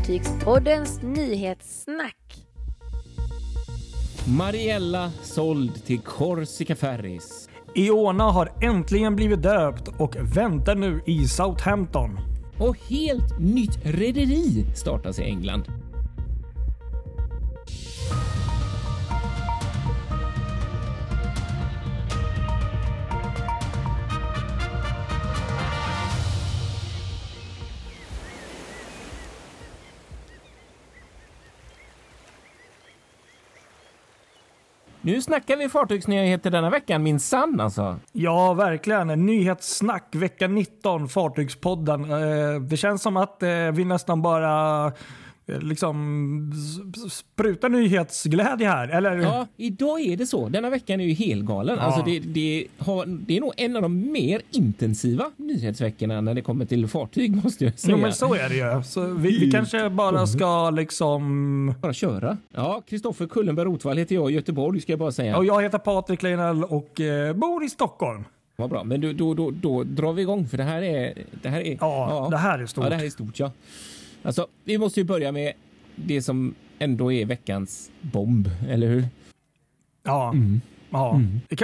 Fartygspoddens nyhetssnack. Mariella såld till Corsica Ferries. Iona har äntligen blivit döpt och väntar nu i Southampton. Och helt nytt rederi startas i England. Nu snackar vi fartygsnyheter denna veckan, min sann alltså. Ja, verkligen. En nyhetssnack vecka 19, Fartygspodden. Det känns som att vi nästan bara liksom sprutar nyhetsglädje här, eller? Ja, idag är det så. Denna veckan är ju helgalen. Ja. Alltså det är nog en av de mer intensiva nyhetsveckorna när det kommer till fartyg, måste jag säga. Jo, men så är det ju. Så vi kanske bara ska liksom... Bara köra. Ja, Kristoffer Kullenberg-Rotvall heter jag i Göteborg, ska jag bara säga. Och jag heter Patrik Leinell och bor i Stockholm. Vad bra, men då drar vi igång, för det här är... Ja, det här är stort. Ja, det här är stort, ja. Alltså, vi måste ju börja med det som ändå är veckans bomb, eller hur? Ja. Ja.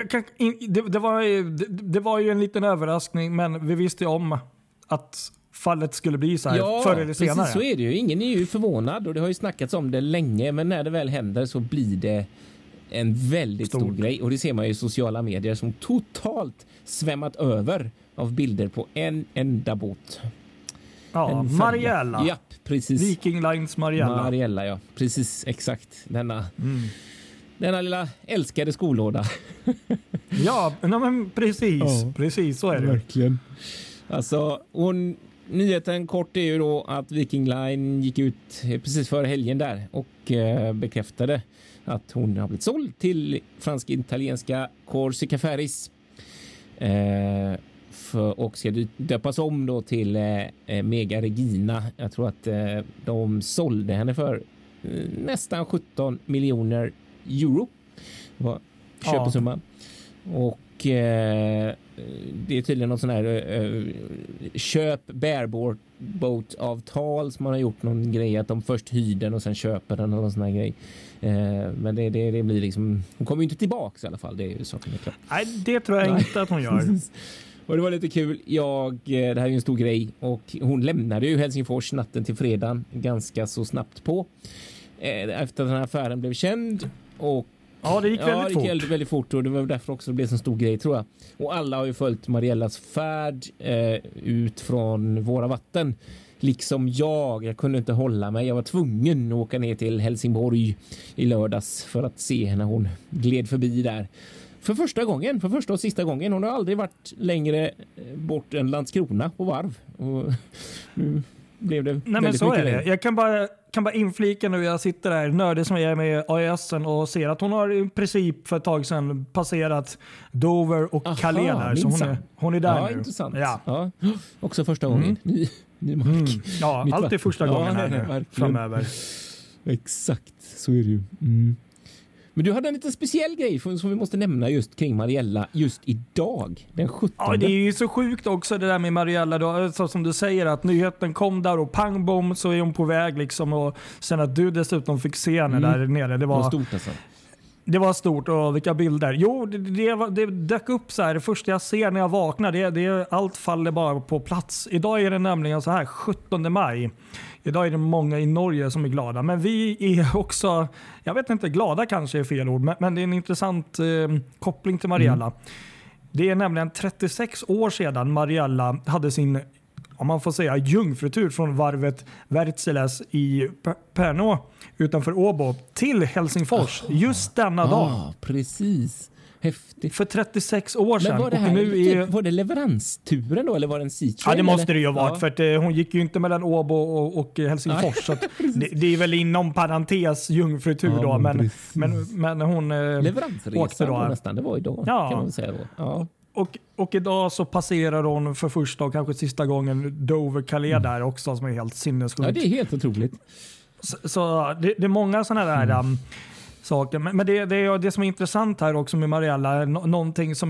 Det var ju en liten överraskning, men vi visste ju om att fallet skulle bli så här förr eller senare. Ja, precis så är det ju. Ingen är ju förvånad och det har ju snackats om det länge, men när det väl händer så blir det en väldigt stor grej. Och det ser man ju i sociala medier som totalt svämmat över av bilder på en enda båt. Ja, Mariella. Ja, precis. Viking Lines Mariella. Mariella, ja. Precis, exakt. Denna lilla älskade skolåda. Ja, men precis. Ja, precis, så är det. Verkligen. Alltså, nyheten kort är ju då att Viking Line gick ut precis före helgen där och bekräftade att hon har blivit såld till fransk-italienska Corsica Ferries. Och ska döpas om då till Mega Regina. Jag tror att de sålde henne för nästan 17 miljoner euro. Det var köpesumman. Och det är tydligen någon sån här köp bareboat-avtal som man har gjort någon grej att de först hyr den och sen köper den och någon sån här grej. Men det blir liksom, hon kommer ju inte tillbaka i alla fall, det är ju saken är klart. Nej, det tror jag inte att hon gör. Och det var lite kul. Det här är ju en stor grej och hon lämnade ju Helsingfors natten till fredagen ganska så snabbt på. Efter den här affären blev känd och det gick väldigt fort och det var därför också det blev en stor grej, tror jag. Och alla har ju följt Mariellas färd ut från våra vatten. Liksom jag kunde inte hålla mig. Jag var tvungen att åka ner till Helsingborg i lördags för att se henne. Hon gled förbi där. För första och sista gången. Hon har aldrig varit längre bort än Landskrona på varv. Och nu blev det väldigt men så mycket är det. Jag kan bara inflika nu. Jag sitter där nördig som jag är med AISen och ser att hon har i princip för ett tag sedan passerat Dover och Calais där. Så hon är där nu. Intressant. Ja. Också första gången. Ny mark. Ja, alltid första gången här nu framöver. Exakt, så är det ju. Men du hade en lite speciell grej som vi måste nämna just kring Mariella just idag, den 17. Ja, det är ju så sjukt också det där med Mariella då, så som du säger att nyheten kom där och pang bom så är hon på väg liksom, och sen att du dessutom fick se henne där nere. Det var stort alltså. Det var stort och vilka bilder. Jo, det dök upp så här. Det första jag ser när jag vaknar, allt faller bara på plats. Idag är det nämligen så här 17 maj. Idag är det många i Norge som är glada. Men vi är också, jag vet inte, glada kanske är fel ord. Men det är en intressant koppling till Mariella. Det är nämligen 36 år sedan Mariella hade sin, om man får säga, jungfrutur från varvet Wärtsiläs i Pärnå utanför Åbo till Helsingfors just denna dag. Precis. Häftigt. För 36 år sedan. Men var det här, var det leveransturen då eller var det en C-train? Ja, det måste det ju ha varit för att hon gick ju inte mellan Åbo och Helsingfors. Så att det är väl inom parentes jungfrutur då, men hon åkte då nästan, det var idag kan man säga då. Ja. Och idag så passerar hon för första och kanske sista gången Dover Calais där också, som är helt sinnessjukt. Ja, det är helt otroligt. Så det är många sådana där saker. Men det som är intressant här också med Mariella är någonting som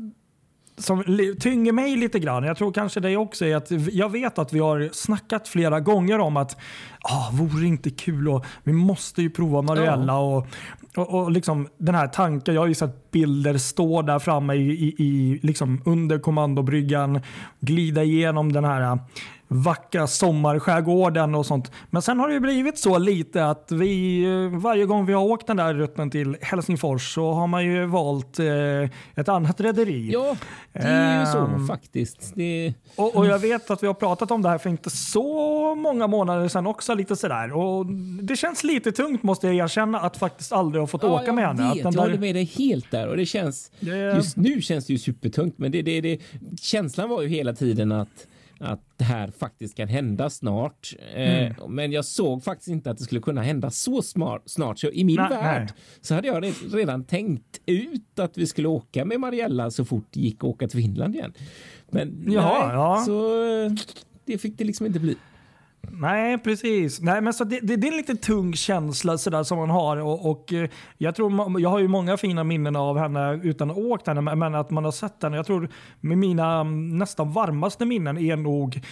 tynger mig lite grann. Jag tror kanske det också är att jag vet att vi har snackat flera gånger om att vore det inte kul och vi måste ju prova Mariella och liksom den här tanken, jag har ju sett bilder stå där framme i liksom under kommandobryggan, glida igenom den här vackra sommarskärgården och sånt. Men sen har det ju blivit så lite att vi varje gång vi har åkt den där rutten till Helsingfors så har man ju valt ett annat rederi. Ja, det är ju så faktiskt. Och jag vet att vi har pratat om det här för inte så många månader sedan också lite sådär. Och det känns lite tungt måste jag erkänna att faktiskt aldrig ha fått åka med henne. Jag håller med dig helt där och det känns, just nu känns det ju supertungt men känslan var ju hela tiden att det här faktiskt kan hända snart. Men jag såg faktiskt inte att det skulle kunna hända så snart. Så i min värld så hade jag redan tänkt ut att vi skulle åka med Mariella så fort det gick att åka till Finland igen. Men så det fick det liksom inte bli. Nej, precis. Nej, men så det är en lite tung känsla så där som man har och jag tror jag har ju många fina minnen av henne utan att ha åkt henne men att man har sett henne. Jag tror med mina nästan varmaste minnen är nog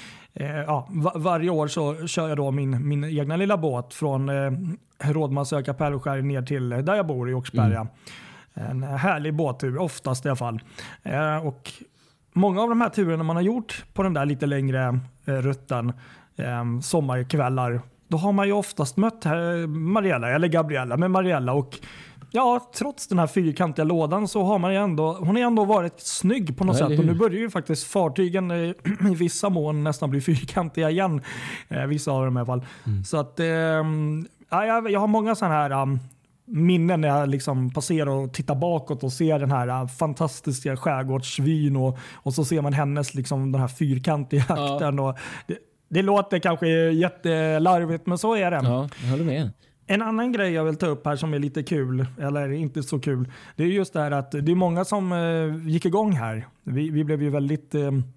varje år så kör jag då min egna lilla båt från Rådmansö Kapellskär ner till där jag bor i Oxberga. En härlig båttur oftast i alla fall. Och många av de här turerna man har gjort på den där lite längre rutten sommarkvällar, då har man ju oftast mött Mariella eller Gabriella med Mariella och trots den här fyrkantiga lådan så har man ju hon har ändå varit snygg på något sätt och nu börjar ju faktiskt fartygen i vissa mån nästan bli fyrkantiga igen, vissa av dem i alla fall. Så att jag har många sådana här minnen när jag liksom passerar och tittar bakåt och ser den här fantastiska skärgårdsvyn och så ser man hennes liksom den här fyrkantiga akten och det låter kanske jättelarvigt men så är det. Ja, jag håller med. En annan grej jag vill ta upp här som är lite kul, eller inte så kul, det är just det här att det är många som gick igång här. Vi blev ju väldigt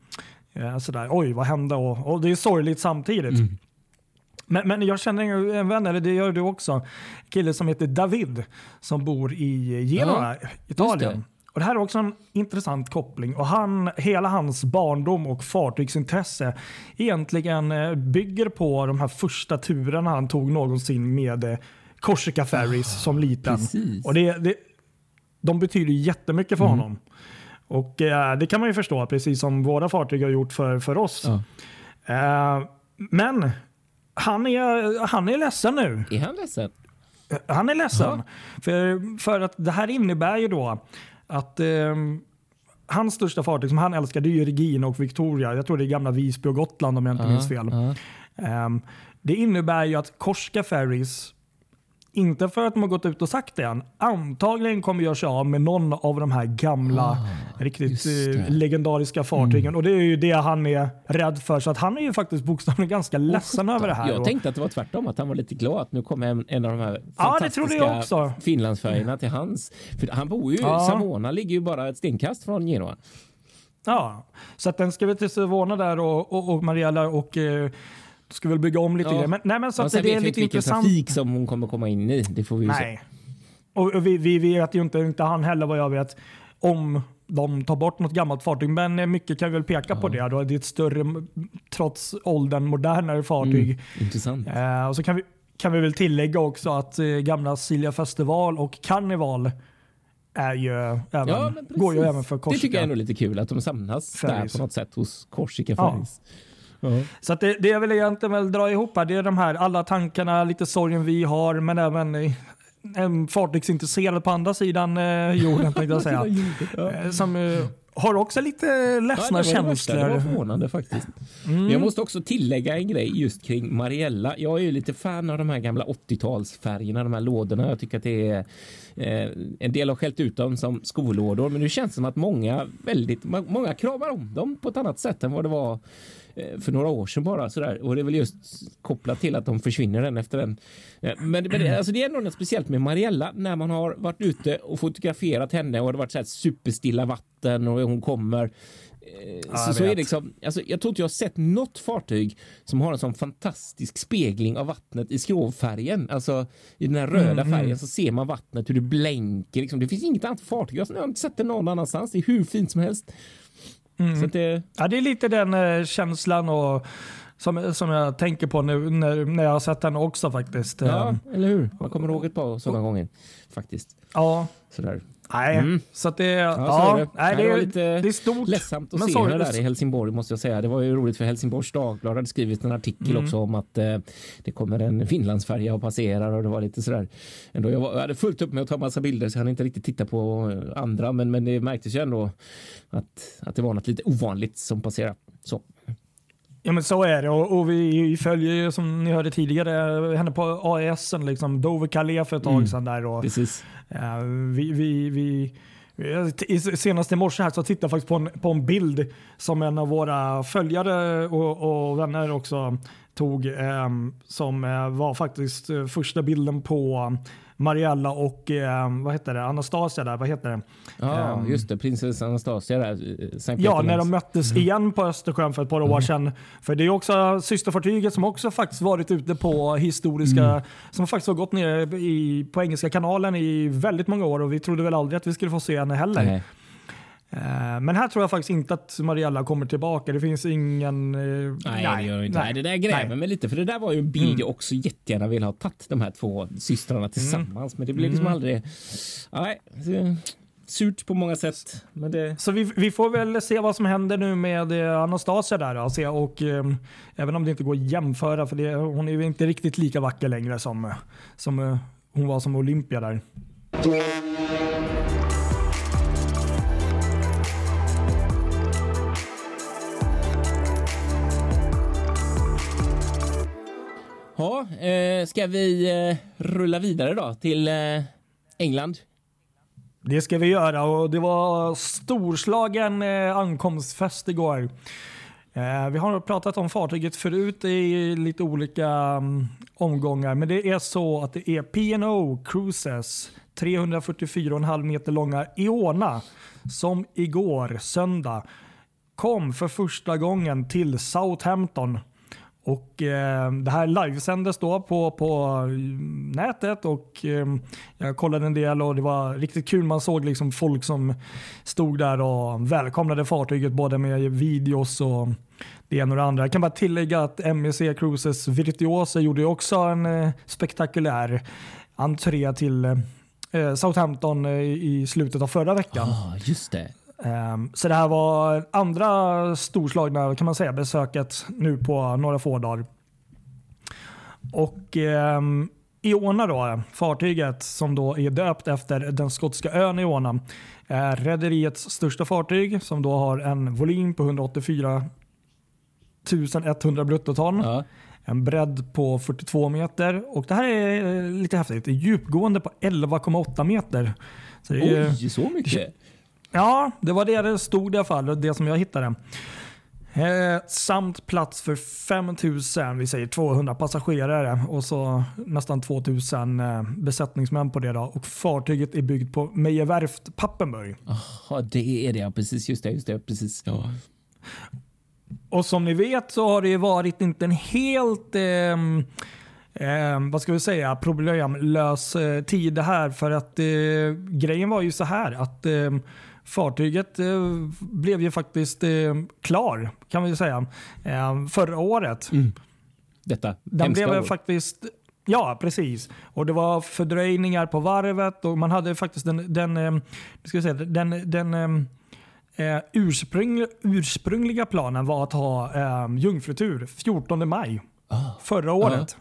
sådär, oj vad hände och det är sorgligt samtidigt. Men jag känner en vän, eller det gör du också, en kille som heter David som bor i Genua, Italien. Och det här är också en intressant koppling och hela hans barndom och fartygsintresse egentligen bygger på de här första turerna han tog någonsin med Corsica Ferries som liten. Precis. Och de betyder jättemycket för honom. Och det kan man ju förstå, precis som våra fartyg har gjort för oss. Men han är ledsen nu. Är han ledsen? Han är ledsen. För att det här innebär ju då att hans största fartyg som han älskar, det är ju Regina och Victoria. Jag tror det är gamla Visby och Gotland om jag inte minns fel. Det innebär ju att Corsica Ferries, inte för att de har gått ut och sagt det än, antagligen kommer göra sig av med någon av de här gamla riktigt legendariska fartygen. Och det är ju det han är rädd för. Så att han är ju faktiskt bokstavligen ganska ledsen över det här. Jag tänkte att det var tvärtom, att han var lite glad att nu kommer en av de här fantastiska Finlandsfärgerna till hans. För han bor ju, Savona ligger ju bara ett stenkast från Genua. Ja, så att den ska vi till Savona där och Mariella och ska väl bygga om lite grann. Men så att det är lite intressant. Trafik som hon kommer komma in i, det får vi ju se. Och vi vet ju inte han heller vad jag vet om de tar bort något gammalt fartyg, men mycket kan vi väl peka på det då. Det är ett större, trots åldern, modernare fartyg. Intressant. Och så kan vi väl tillägga också att gamla Silja Festival och Karneval är ju går ju även för Corsica. Det tycker jag är nog lite kul att de samlas där på något sätt hos Corsica Ferries. Så att det jag vill egentligen dra ihop här, det är de här alla tankarna, lite sorgen vi har, men även en fartygsintresserad på andra sidan jorden tänkte jag säga. Som har också lite ledsna känslor. Det var förvånande faktiskt. Jag måste också tillägga en grej just kring Mariella. Jag är ju lite fan av de här gamla 80-talsfärgerna, de här lådorna. Jag tycker att det är en del har skällt ut dem som skolådor, men nu känns det som att många kramar om dem på ett annat sätt än vad det var för några år sedan bara sådär. Och det är väl just kopplat till att de försvinner den efter den. Men alltså det är något speciellt med Mariella när man har varit ute och fotograferat henne och det har varit så här superstilla vatten och hon kommer. Så är det liksom, alltså, jag tror inte jag har sett något fartyg som har en sån fantastisk spegling av vattnet i skrovfärgen. Alltså i den här röda färgen så ser man vattnet hur det blänker. Liksom. Det finns inget annat fartyg. Jag har inte sett det någon annanstans. Det är hur fint som helst. Så att det är lite den känslan och som jag tänker på nu när jag har sett den också faktiskt. Ja, eller hur? Man kommer ihåg ett par sådana gånger faktiskt. Ja. Sådär. Nej, så att det är... det var lite det är stort. Ledsamt att se henne där i Helsingborg, måste jag säga. Det var ju roligt, för Helsingborgs Dagblad hade skrivit en artikel också om att det kommer en Finlandsfärja och passerar, och det var lite sådär. Ändå, jag hade fullt upp med att ta massa bilder, så jag hade inte riktigt titta på andra, men det märktes ju ändå att det var något lite ovanligt som passerade. Så. Ja, men så är det, och vi följer ju, som ni hörde tidigare, henne på AES, liksom Dover-Calais för ett tag sedan där. Och, precis. Senast i morse här så tittade jag faktiskt på en bild som en av våra följare och vänner också tog, som var faktiskt första bilden på Mariella och vad heter det? Anastasia där, vad heter det? Ja, just det, prinsessa Anastasia där. Ja, när de möttes igen på Östersjön för ett par år sedan. För det är också systerfartyget som också faktiskt varit ute på historiska, som faktiskt har gått ner på Engelska kanalen i väldigt många år, och vi trodde väl aldrig att vi skulle få se henne heller. Nej. Men här tror jag faktiskt inte att Mariella kommer tillbaka. Det finns ingen... Nej, det gör inte. Nej, det där gräver mig lite. För det där var ju en bild jag också jättegärna ville ha tagit, de här två systrarna tillsammans. Men det blev liksom aldrig... Nej, surt på många sätt. Men det... Så vi får väl se vad som händer nu med Anastasia där. Alltså, och även om det inte går att jämföra, för hon är ju inte riktigt lika vacker längre som hon var som Olympia där. Ja, ska vi rulla vidare då till England? Det ska vi göra, och det var storslagen ankomstfest igår. Vi har pratat om fartyget förut i lite olika omgångar, men det är så att det är P&O Cruises 344,5 meter långa Iona som igår söndag kom för första gången till Southampton. Och det här livesändes då på nätet, och jag kollade en del, och det var riktigt kul. Man såg liksom folk som stod där och välkomnade fartyget både med videos och det ena och det andra. Jag kan bara tillägga att MEC Cruises Virtuosa gjorde också en spektakulär entré till Southampton i slutet av förra veckan. Just det. Så det här var andra storslagna, kan man säga, besöket nu på några få dagar. Och Iona då, fartyget som då är döpt efter den skotska ön Iona, är rederiets största fartyg som då har en volym på 184 100 bruttoton. Ja. En bredd på 42 meter, och det här är lite häftigt. Det är djupgående på 11,8 meter. Så det är, oj, så mycket? Ja, det var det stod i alla fall, det som jag hittade. Samt plats för 5000, vi säger 200 passagerare, och så nästan 2000 besättningsmän på det då. Och fartyget är byggt på Mejerwerft Papenburg. Jaha, det är det. Precis, just det, precis. Ja. Och som ni vet så har det varit inte en helt... vad ska vi säga, problemlös tid det här, för att grejen var ju så här att fartyget blev ju faktiskt klar, kan vi säga, förra året. Den blev faktiskt, ja precis, och det var fördröjningar på varvet, och man hade faktiskt den ursprungliga planen var att ha jungfrutur 14 maj förra året.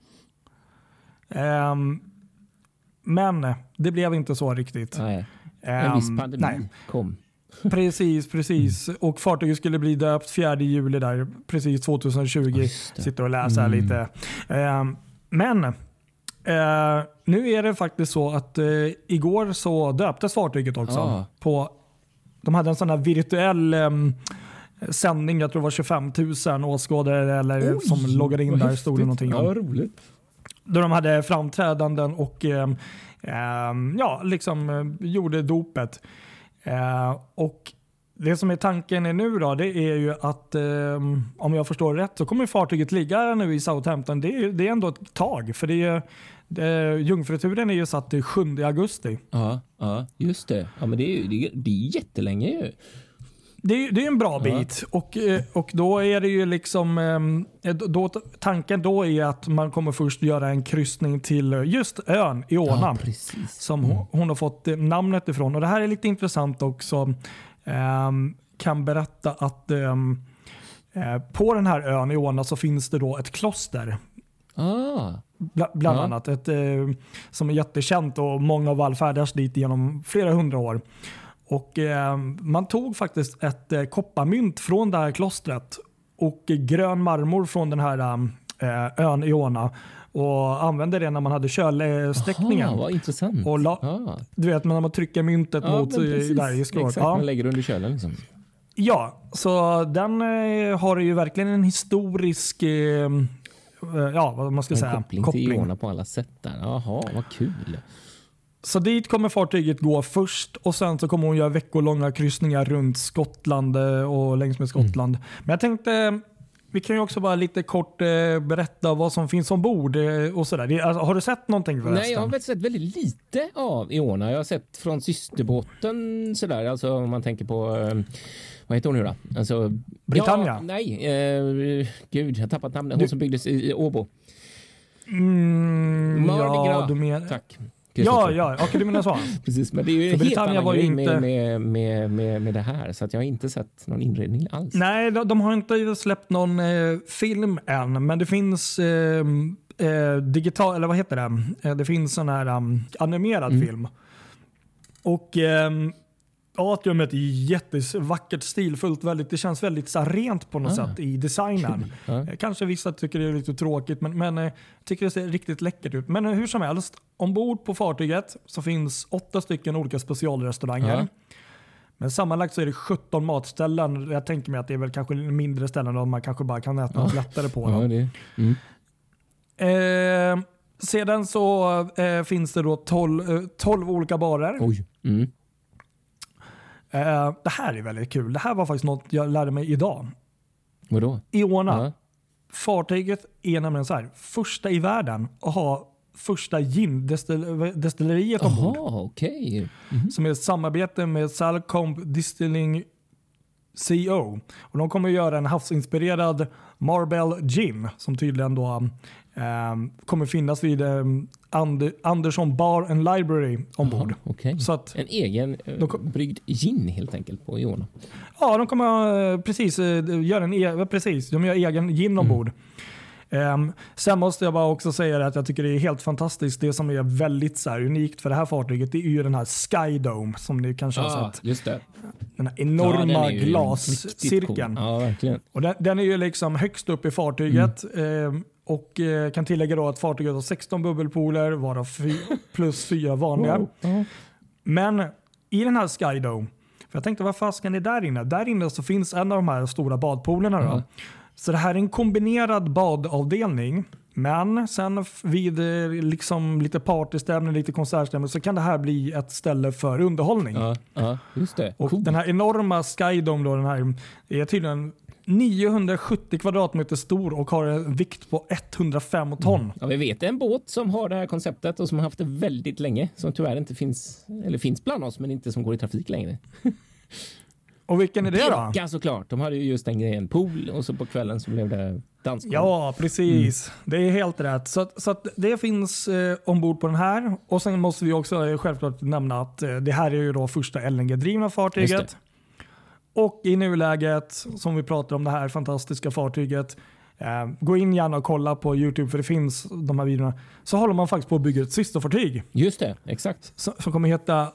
Men det blev inte så riktigt. Nej. En viss pandemi kom. Precis. Och fartyget skulle bli döpt 4 juli där, precis 2020. Sitter och läser lite. Men nu är det faktiskt så att igår så döptes fartyget också. De hade en sån här virtuell sändning, jag tror det var 25 000 åskådare eller som loggade in där, stod det någonting om. Ja, roligt. Då de hade framträdanden och liksom gjorde dopet. Och det som är tanken är nu då, det är ju att om jag förstår rätt så kommer fartyget ligga nu i Southampton. Det är ändå ett tag, för jungfruturen är ju satt till 7 augusti. Ja, just det. Ja, men det är jättelänge ju. Det är en bra bit. Och då är det ju liksom tanken då är att man kommer först göra en kryssning till just ön Iona, som hon har fått namnet ifrån. Och det här är lite intressant också. Kan berätta att på den här ön Iona så finns det då ett kloster. Bland annat som är jättekänt, och många vallfärdas dit genom flera hundra år. Och man tog faktiskt ett kopparmynt från det här klostret och grön marmor från den här ön Iona och använde det när man hade kölsträckningen. Vad intressant. Och du vet, när man trycker myntet mot där i skrovet. Exakt, man lägger under kölen liksom. Ja, så den har ju verkligen en historisk vad man ska säga, koppling till Iona på alla sätt där. Jaha, vad kul. Så dit kommer fartyget gå först, och sen så kommer hon göra veckolånga kryssningar runt Skottland och längs med Skottland. Men jag tänkte, vi kan ju också bara lite kort berätta vad som finns ombord och sådär. Har du sett någonting förresten? Nej, jag har sett väldigt lite av Iona. Jag har sett från systerbåten sådär, alltså om man tänker på vad heter hon nu då? Alltså, Britannia? Gud, jag har tappat namnet. Hon som byggdes i Åbo. Du menar... Tack. Okej, du menar så. Precis, men det är ju helt annan grej med det här, så att jag har inte sett någon inredning alls. Nej, de har inte släppt någon film än, men det finns digital, eller vad heter det? Det finns sån här animerad film. Och atriumet är jättevackert, stilfullt, det känns väldigt så rent på något sätt i designen. Kanske vissa tycker det är lite tråkigt, men jag tycker det ser riktigt läckert ut. Men hur som helst, ombord på fartyget så finns 8 stycken olika specialrestauranger. Men sammanlagt så är det 17 matställen. Jag tänker mig att det är väl kanske mindre ställen där man kanske bara kan äta något lättare på dem. Sedan så finns det då 12 olika barer. Det här är väldigt kul. Det här var faktiskt något jag lärde mig idag. Vadå? Iona. Fartyget är nämligen så här, första i världen att ha första gin-destilleriet ombord. Okej. Som är ett samarbete med Salcombe Distilling CO. Och de kommer att göra en havsinspirerad Marbell Gin som tydligen då kommer finnas vid Anderson Bar and Library ombord. Okay. Så att en egen bryggd gin helt enkelt på Iona. Ja, de kommer precis göra de gör egen gin ombord. Sen måste jag bara också säga att jag tycker det är helt fantastiskt. Det som är väldigt så här unikt för det här fartyget, det är ju den här Sky Dome som ni kanske har sett. Just det. Den här enorma glascirkeln. Cool. Ja, verkligen. Och den är ju liksom högst upp i fartyget. Och kan tillägga då att fartyget har 16 bubbelpooler, varav plus 4 vanliga. Wow. Men i den här Sky Dome, för jag tänkte vad fasken är där inne? Där inne så finns en av de här stora badpoolerna då. Så det här är en kombinerad badavdelning, men sen vid liksom lite partystämning, lite konsertstämning så kan det här bli ett ställe för underhållning. Ja, just det. Och den här enorma Skydome då, den här är tydligen 970 kvadratmeter stor och har en vikt på 105 ton. Ja, vi vet en båt som har det här konceptet och som har haft det väldigt länge, som tyvärr inte finns, eller finns bland oss, men inte som går i trafik längre. Och vilken är det då? Birka såklart. De hade ju just en grej, en pool, och så på kvällen så blev det dansgolv. Ja, precis. Det är helt rätt. Så att det finns ombord på den här. Och sen måste vi också självklart nämna att det här är ju då första LNG-drivna fartyget. Och i nuläget, som vi pratar om det här fantastiska fartyget, gå in gärna och kolla på YouTube, för det finns de här videorna. Så håller man faktiskt på att bygga ett systerfartyg. Just det, exakt. Som kommer heta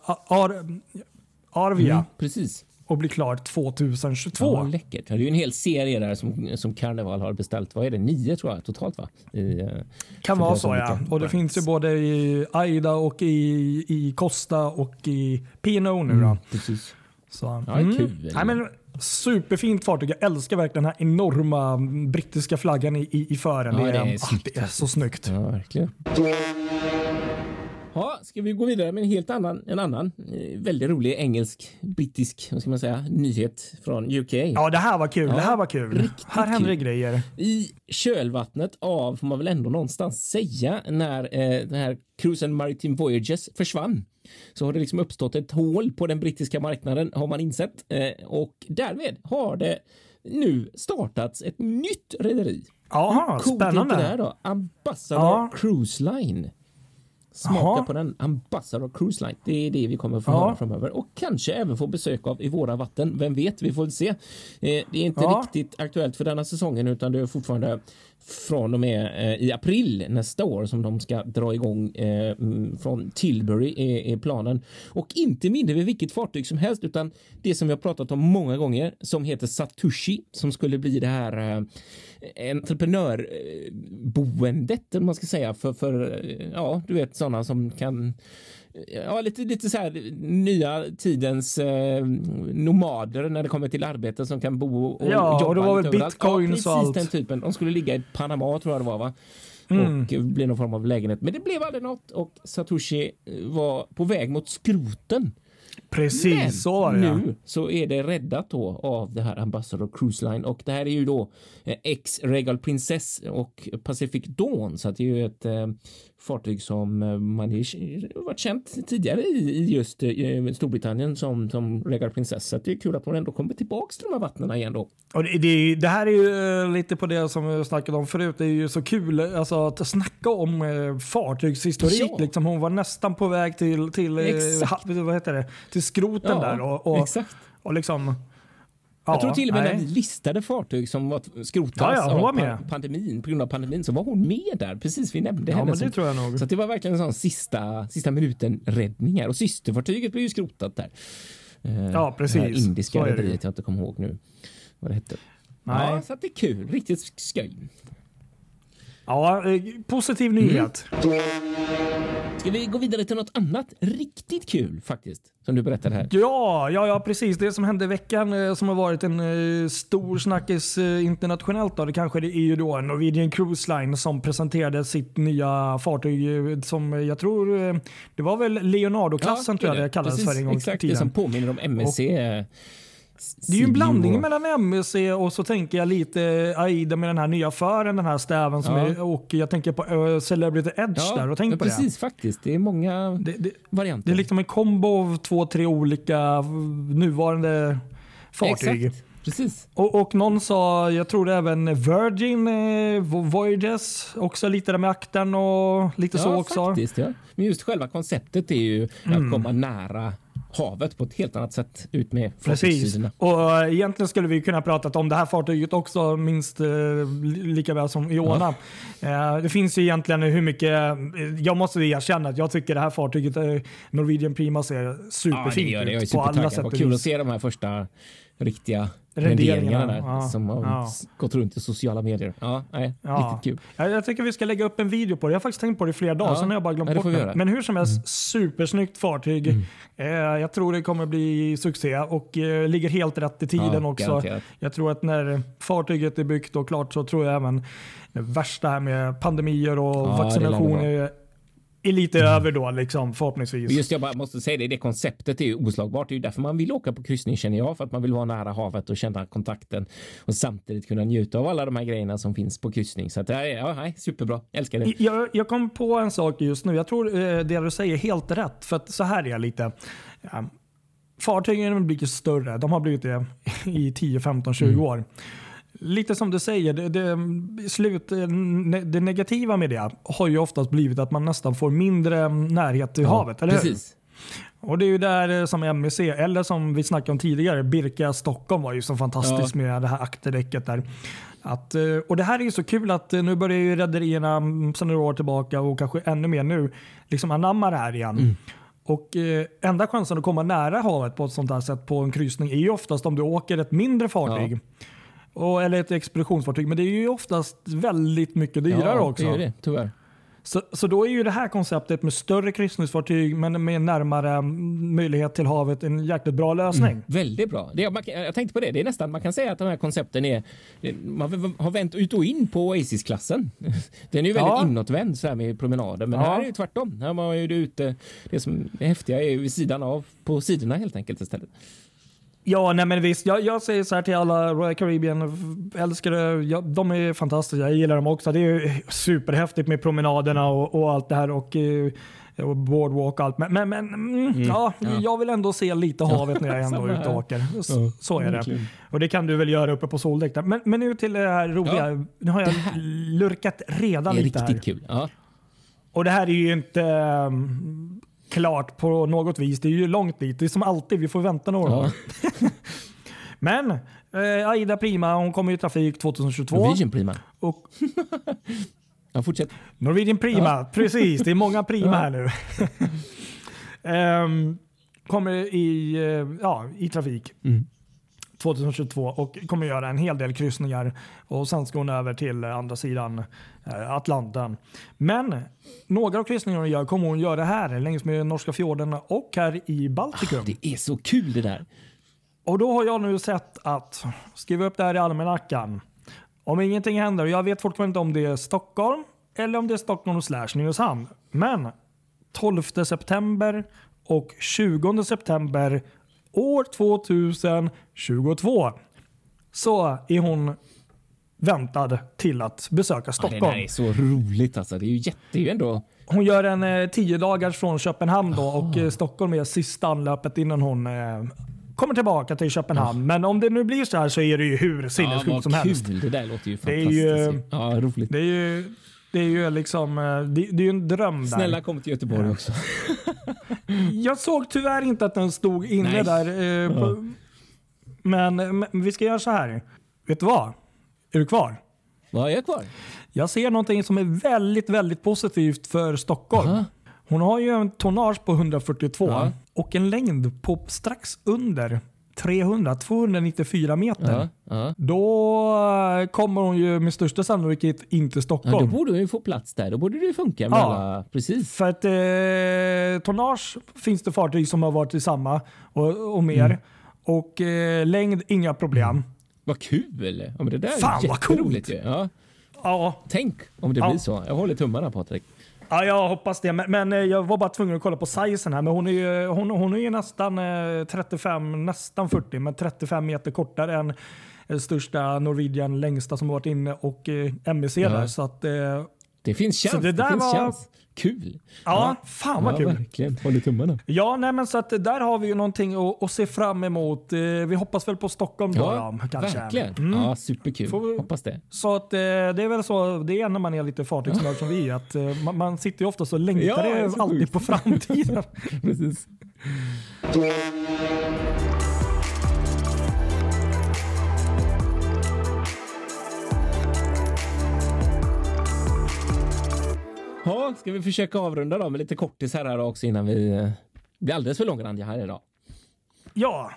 Arvia. Precis. Och blir klart 2022. Ja, läckert. Det är ju en hel serie där som Carnival har beställt. Vad är det? 9 tror jag totalt, va? Kan vara så, ja. Och det finns ju både i Aida och i Costa och i P&O nu då. Precis. Så, ja, kul. Nej, men superfint fartyg. Jag älskar verkligen den här enorma brittiska flaggan i fören. Ja, det är så snyggt. Ja, verkligen. Ja, ska vi gå vidare med en annan väldigt rolig brittisk, vad ska man säga, nyhet från UK. Ja, det här var kul. Det här var kul. Här händer det grejer. I kölvattnet av, får man väl ändå någonstans säga, när den här Cruise and Maritime Voyages försvann, så har det liksom uppstått ett hål på den brittiska marknaden, har man insett. Och därmed har det nu startats ett nytt rederi. Ja, spännande. Det där då? Ambassador Cruise Line. Smaka på den, Ambassador Cruise Line. Det är det vi kommer få höra framöver. Och kanske även få besök av i våra vatten. Vem vet, vi får väl se. Det är inte riktigt aktuellt för denna säsongen, utan det är fortfarande från och med i april nästa år som de ska dra igång från Tilbury är planen. Och inte mindre vid vilket fartyg som helst, utan det som vi har pratat om många gånger, som heter Satoshi, som skulle bli det här entreprenörboendet, om man ska säga, för ja, du vet, sådana som kan, ja, lite så här nya tidens nomader när det kommer till arbete, som kan bo och jobba. Och det var väl bitcoins och allt. Den typen. De skulle ligga i Panama, tror jag det var, va? Och bli någon form av lägenhet. Men det blev aldrig något, och Satoshi var på väg mot skroten. Precis, men så var det. Nu så är det räddat då av det här Ambassador Cruise Line, och det här är ju då ex-Regal Princess och Pacific Dawn, så att det är ju ett fartyg som man har varit känt tidigare i just Storbritannien som Regal Princess, så att det är kul att hon ändå kommer tillbaka till de här vattnen igen då. Och det här är ju lite på det som vi snackade om förut. Det är ju så kul alltså, att snacka om fartygshistorik. Ja. Liksom, hon var nästan på väg till vad heter det? Till skroten där. Och, exakt. Och liksom... Jag tror till och med när vi listade fartyg som var skrotas av pandemin, på grund av pandemin, så var hon med där. Precis, vi nämnde henne. Men det tror jag nog. Så det var verkligen en sån sista minuten räddningar. Och systerfartyget blev ju skrotat där. Ja, precis. Det här indiska rederiet, jag inte kommer ihåg nu vad det hette. Nej. Ja, så att det är kul. Riktigt skoj. Ja, positiv nyhet. Ska vi gå vidare till något annat riktigt kul faktiskt, som du berättade här? Ja, precis. Det som hände i veckan som har varit en stor snackis internationellt då, det kanske det är ju då Norwegian Cruise Line som presenterade sitt nya fartyg som jag tror, det var väl Leonardo-klassen, tror jag det kallades för en gång i tiden. Exakt, det som påminner om MSC. Det är ju en blandning mellan MSC och så tänker jag lite AIDA med den här nya fören, den här stäven som är, och jag tänker på Celebrity Edge där och tänker på precis, det. Faktiskt. Det är många varianter. Det är liksom en kombo av 2-3 olika nuvarande fartyg. Exakt. Precis. Och någon sa, jag tror det även Virgin Voyages, också lite där med aktern och lite så också. Faktiskt, ja. Men just själva konceptet är ju att komma nära havet på ett helt annat sätt ut med fartygssidorna. Och egentligen skulle vi kunna prata om det här fartyget också minst lika väl som Iona. Det finns ju egentligen hur mycket, jag måste erkänna att jag tycker det här fartyget Norwegian Primas är superfint. Ja, det är på alla sätt. Vad kul att se de här första riktiga renderingarna där som har gått runt i sociala medier. Riktigt kul. Jag tycker vi ska lägga upp en video på det. Jag har faktiskt tänkt på det i flera dagar, sen har jag bara glömt bort det. Men hur som helst, supersnyggt fartyg. Jag tror det kommer bli succé och ligger helt rätt i tiden också. Garanterat. Jag tror att när fartyget är byggt och klart, så tror jag även det värsta här med pandemier och vaccinationer är lite över då, liksom, förhoppningsvis. Just jag bara måste säga det konceptet är ju oslagbart. Det är ju därför man vill åka på kryssning, känner jag, för att man vill vara nära havet och känna kontakten och samtidigt kunna njuta av alla de här grejerna som finns på kryssning. Så att, superbra. Älskar det. Jag kom på en sak just nu. Jag tror det du säger är helt rätt, för att så här är jag lite. Fartygen har blivit större. De har blivit det i 10, 15, 20 år. Lite som du säger, det negativa med det har ju oftast blivit att man nästan får mindre närhet till havet, eller precis. Hur? Och det är ju där som MSC, eller som vi snackade om tidigare, Birka Stockholm var ju så fantastiskt med det här akterdäcket där. Och det här är ju så kul att nu börjar ju rederierna sedan några år tillbaka och kanske ännu mer nu liksom anamma det här igen. Och enda chansen att komma nära havet på ett sånt här sätt på en kryssning är ju oftast om du åker ett mindre fartyg. Eller ett expeditionsfartyg, men det är ju oftast väldigt mycket dyrare också. Det är det, tyvärr. Så då är ju det här konceptet med större kryssningsfartyg men med närmare möjlighet till havet en jäkligt bra lösning. Väldigt bra. Jag tänkte på det. Det är nästan, man kan säga att de här koncepten man har vänt ut och in på Oasis-klassen. Den är ju väldigt inåtvänd så här med promenader, men här är det tvärtom. Här var ju det ute, det häftiga är ju vid sidan av, på sidorna helt enkelt istället. Ja, nej men visst. Jag säger så här till alla Royal Caribbean älskare. De är fantastiska. Jag gillar dem också. Det är superhäftigt med promenaderna och allt det här och boardwalk och allt. Jag vill ändå se lite havet när jag ändå är ute och åker. Så är det. Och det kan du väl göra uppe på soldäck. Men nu till det här roliga. Ja, nu har jag lurkat redan lite här. Det är riktigt kul. Ja. Och det här är ju inte klart på något vis. Det är ju långt dit. Det är som alltid. Vi får vänta några år. Men Aida Prima, hon kommer i trafik 2022. Norwegian Prima. Och fortsätt. Norwegian Prima, precis. Det är många Prima här nu. Kommer i trafik 2022 och kommer göra en hel del kryssningar och sen ska hon över till andra sidan Atlanten. Men några av kryssningarna hon gör kommer hon göra här längs med norska fjorden och här i Baltikum. Det är så kul det där. Och då har jag nu sett att skriva upp det här i almanackan. Om ingenting händer, och jag vet fortfarande inte om det är Stockholm eller om det är Stockholm/Nynäshamn. Men 12 september och 20 september år 2022 så är hon väntad till att besöka Stockholm. Det där är så roligt alltså. Det är ju ändå... Hon gör en 10 dagars från Köpenhamn då och Stockholm är sista anlöpet innan hon kommer tillbaka till Köpenhamn. Men om det nu blir så här så är det ju hur sinnessjukt som helst. Det där låter ju fantastiskt. Roligt. Det är ju liksom det är ju en dröm där. Snälla kom till Göteborg också. Jag såg tyvärr inte att den stod inne där. Men vi ska göra så här. Vet du vad? Är du kvar? Vad är jag kvar? Jag ser någonting som är väldigt, väldigt positivt för Stockholm. Hon har ju en tonnage på 142 och en längd på strax under 294 meter. Då kommer hon ju med största sannolikhet in till Stockholm. Ja, då borde hon ju få plats där. Då borde det funka med alla. Precis. För att tonnage finns det fartyg som har varit i samma och mer. Och längd, inga problem. Vad kul! Ja, men det där fan är vad coolt! Ja. Tänk om det blir så. Jag håller tummarna, Patrik. Ja, jag hoppas det. Men jag var bara tvungen att kolla på sizen här. Men hon är ju nästan 35, nästan 40, men 35 meter kortare än största Norwegian längsta som har varit inne och MEC där. Så att, det finns chans. Det finns chans. Kul. Ja, fan vad kul. Verkligen. Håller tummarna. Ja, nej, men så att där har vi ju någonting att se fram emot. Vi hoppas väl på Stockholm då, kanske. Verkligen. Ja, superkul. Hoppas det. Så att det är väl så, det är när man är lite fartygsnörd som vi är, att man sitter ju ofta så längtar det alltid på framtiden. Precis. Ja, ska vi försöka avrunda då med lite kortis här också innan vi blir alldeles för långrandiga här idag. Ja,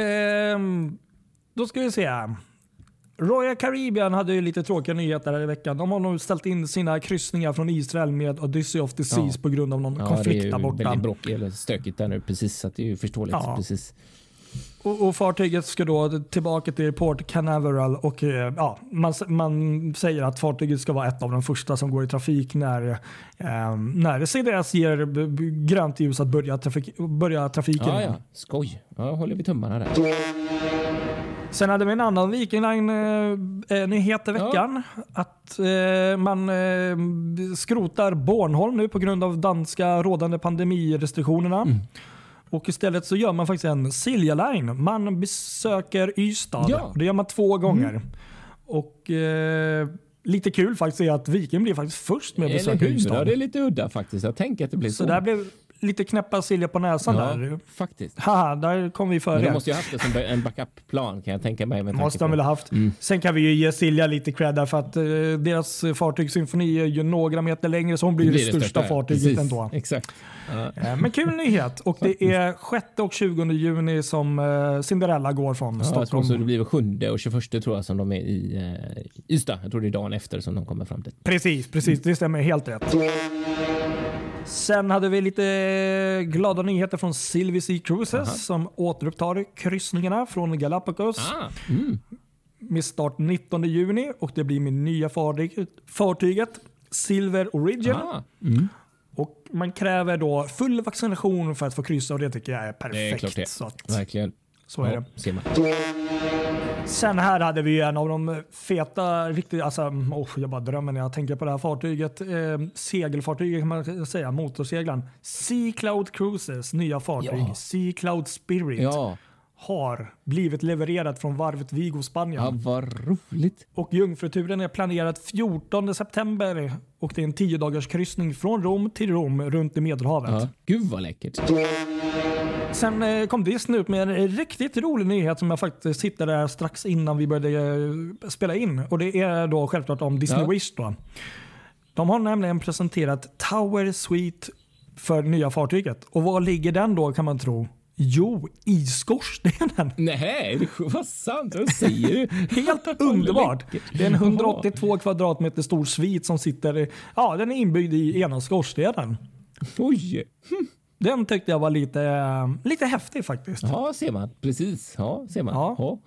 då ska vi se. Royal Caribbean hade ju lite tråkiga nyheter här i veckan. De har nog ställt in sina kryssningar från Israel med Odyssey of the Seas på grund av någon konflikt där borta. Det är väldigt bråkigt eller stökigt där nu, precis, så att det är ju förståeligt. Precis. Och fartyget ska då tillbaka till Port Canaveral och man säger att fartyget ska vara ett av de första som går i trafik när CDS ger grönt ljus att börja trafiken. Ja, skoj. Ja, håller vi tummarna där. Sen hade vi en annan Viking Line-nyhet i veckan. Att man skrotar Bornholm nu på grund av danska rådande pandemirestriktionerna. Och istället så gör man faktiskt en Silja Line. Man besöker Ystad. Ja. Det gör man 2 gånger. Och lite kul faktiskt är att Viking blir faktiskt först med att besöka Ystad. Ja, det är lite udda faktiskt. Jag tänker att det blir så. Så det här blev lite knäppa Silja på näsan där. Faktiskt. Haha, där kom vi före. Men de måste ju ha haft det som en backup-plan kan jag tänka mig. Måste de väl ha haft. Sen kan vi ju ge Silja lite cred där för att deras fartyg Symfoni är ju några meter längre så hon blir det största fartyget ändå. Exakt. Men kul nyhet. Och det är 6 och 20 juni som Cinderella går från Stockholm. Jag tror så det blir 7 och 21 tror jag som de är i Ystad. Jag tror det är dagen efter som de kommer fram till. Precis. Det stämmer helt rätt. Sen hade vi lite glada nyheter från Silvy Sea Cruises som återupptar kryssningarna från Galapagos med start 19 juni och det blir med nya fartyget Silver Origin. Och man kräver då full vaccination för att få kryssa och det tycker jag är perfekt. Det är klart det. Så att, verkligen. Så är det. Ser man. Sen här hade vi en av de feta, riktigt, alltså, jag bara drömmer när jag tänker på det här fartyget. Segelfartyget kan man säga, motorseglaren. Sea Cloud Cruises nya fartyg, Sea Cloud Spirit, har blivit levererat från varvet Vigo, Spanien. Ja, vad roligt. Och jungfruturen är planerad 14 september och det är en 10-dagars kryssning från Rom till Rom runt i Medelhavet. Ja, gud vad läckert. Sen kom Disney ut med en riktigt rolig nyhet som jag faktiskt hittade där strax innan vi började spela in. Och det är då självklart om Disney Wish då. De har nämligen presenterat Tower Suite för nya fartyget. Och var ligger den då kan man tro? Jo, i skorstenen. Nej, vad sant, vad säger du? Helt underbart. Det är en 182 kvadratmeter stor svit som sitter, den är inbyggd i ena skorstenen. Oj. Den tyckte jag var lite häftig faktiskt. Ja, ser man. Precis. Ja, ser man. Ja.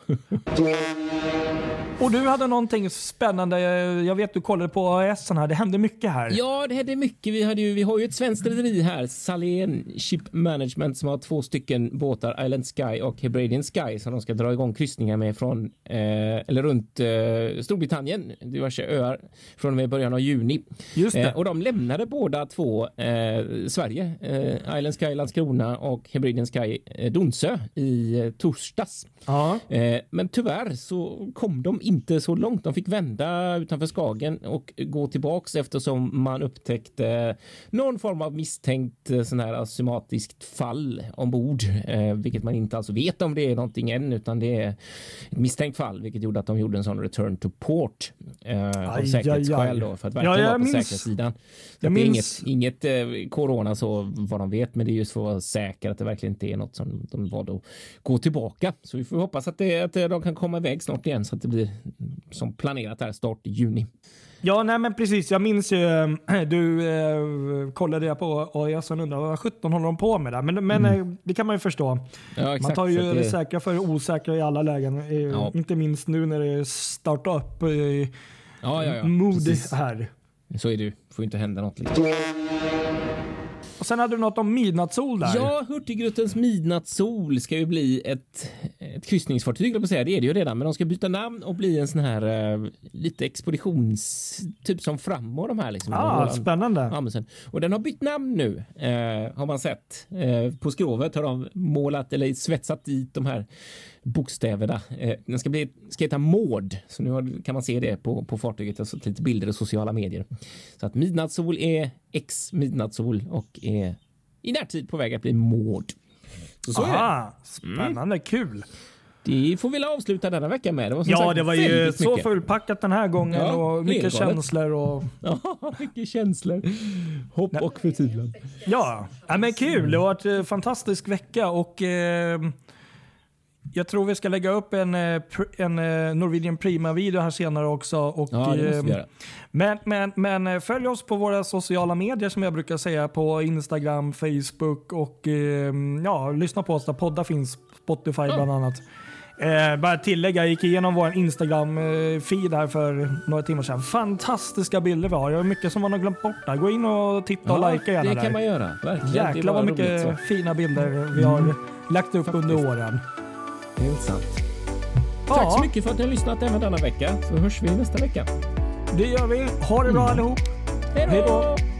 Och du hade någonting spännande. Jag vet du kollade på AS:en här. Det hände mycket här. Ja, det hände mycket. Vi har ju ett svenskt rederi här, Salén Ship Management, som har 2 stycken båtar, Island Sky och Hebridean Sky, som de ska dra igång kryssningar med från eller runt Storbritannien, diverse öar från och med början av juni. Just det. Och de lämnade båda 2 Sverige, Island Sky Landskrona och Hebridean Sky Donsö i torsdags. Ja. Men tyvärr så kom de inte så långt. De fick vända utanför Skagen och gå tillbaks eftersom man upptäckte någon form av misstänkt sån här asymatiskt fall ombord. Vilket man inte alltså vet om det är någonting än, utan det är ett misstänkt fall, vilket gjorde att de gjorde en sån return to port av säkerhetsskäl då, för att verkligen vara på säkerhetssidan. Det är inget corona så vad de vet, men det är just för att vara säker att det verkligen inte är något som de var då gå tillbaka. Så vi får hoppas att de kan komma iväg snart igen så att det blir som planerat här start i juni. Ja, nej men precis. Jag minns ju, du kollade jag på AIS och undrade vad 17 håller de på med där. Men det kan man ju förstå. Ja, exakt, man tar ju det säkra för osäkra i alla lägen. Inte minst nu när det startar upp mood här. Så är det. Får inte hända något liksom. Och sen hade du något om midnattssol där. Ja, Hurtigrutens midnattssol ska ju bli ett kryssningsfartyg, på säga. Det är det ju redan, men de ska byta namn och bli en sån här lite expeditions typ som Frammo de här liksom. Spännande. Amundsen. Och den har bytt namn nu, har man sett. På skrovet har de målat eller svetsat dit de här bokstäverna. Den ska heta Maud, så nu kan man se det på fartyget, alltså lite bilder i sociala medier. Så att midnattssol är midnattssol och är i närtid på väg att bli Maud. Så är det. Spännande, kul. Det får vi avsluta denna vecka med. Det var ju så fullpackat den här gången och mycket känslor. Och... Ja, mycket känslor. Hopp och förtvivlan. Ja, men kul. Det har varit en fantastisk vecka och jag tror vi ska lägga upp en Norwegian Prima-video här senare också. Och, det måste vi göra. Men följ oss på våra sociala medier som jag brukar säga, på Instagram, Facebook och lyssna på oss där poddar finns, Spotify bland annat. Bara tillägga, jag gick igenom vår Instagram-feed här för några timmar sedan. Fantastiska bilder vi har. Jag har mycket som man har glömt bort där. Gå in och titta och likea gärna där. Det kan man göra. Verkligen. Jäklar vad mycket fina bilder vi har lagt upp under åren. Helt sant. Tack så mycket för att ni har lyssnat även denna vecka. Så hörs vi nästa vecka. Det gör vi. Ha det bra allihop. Hej då!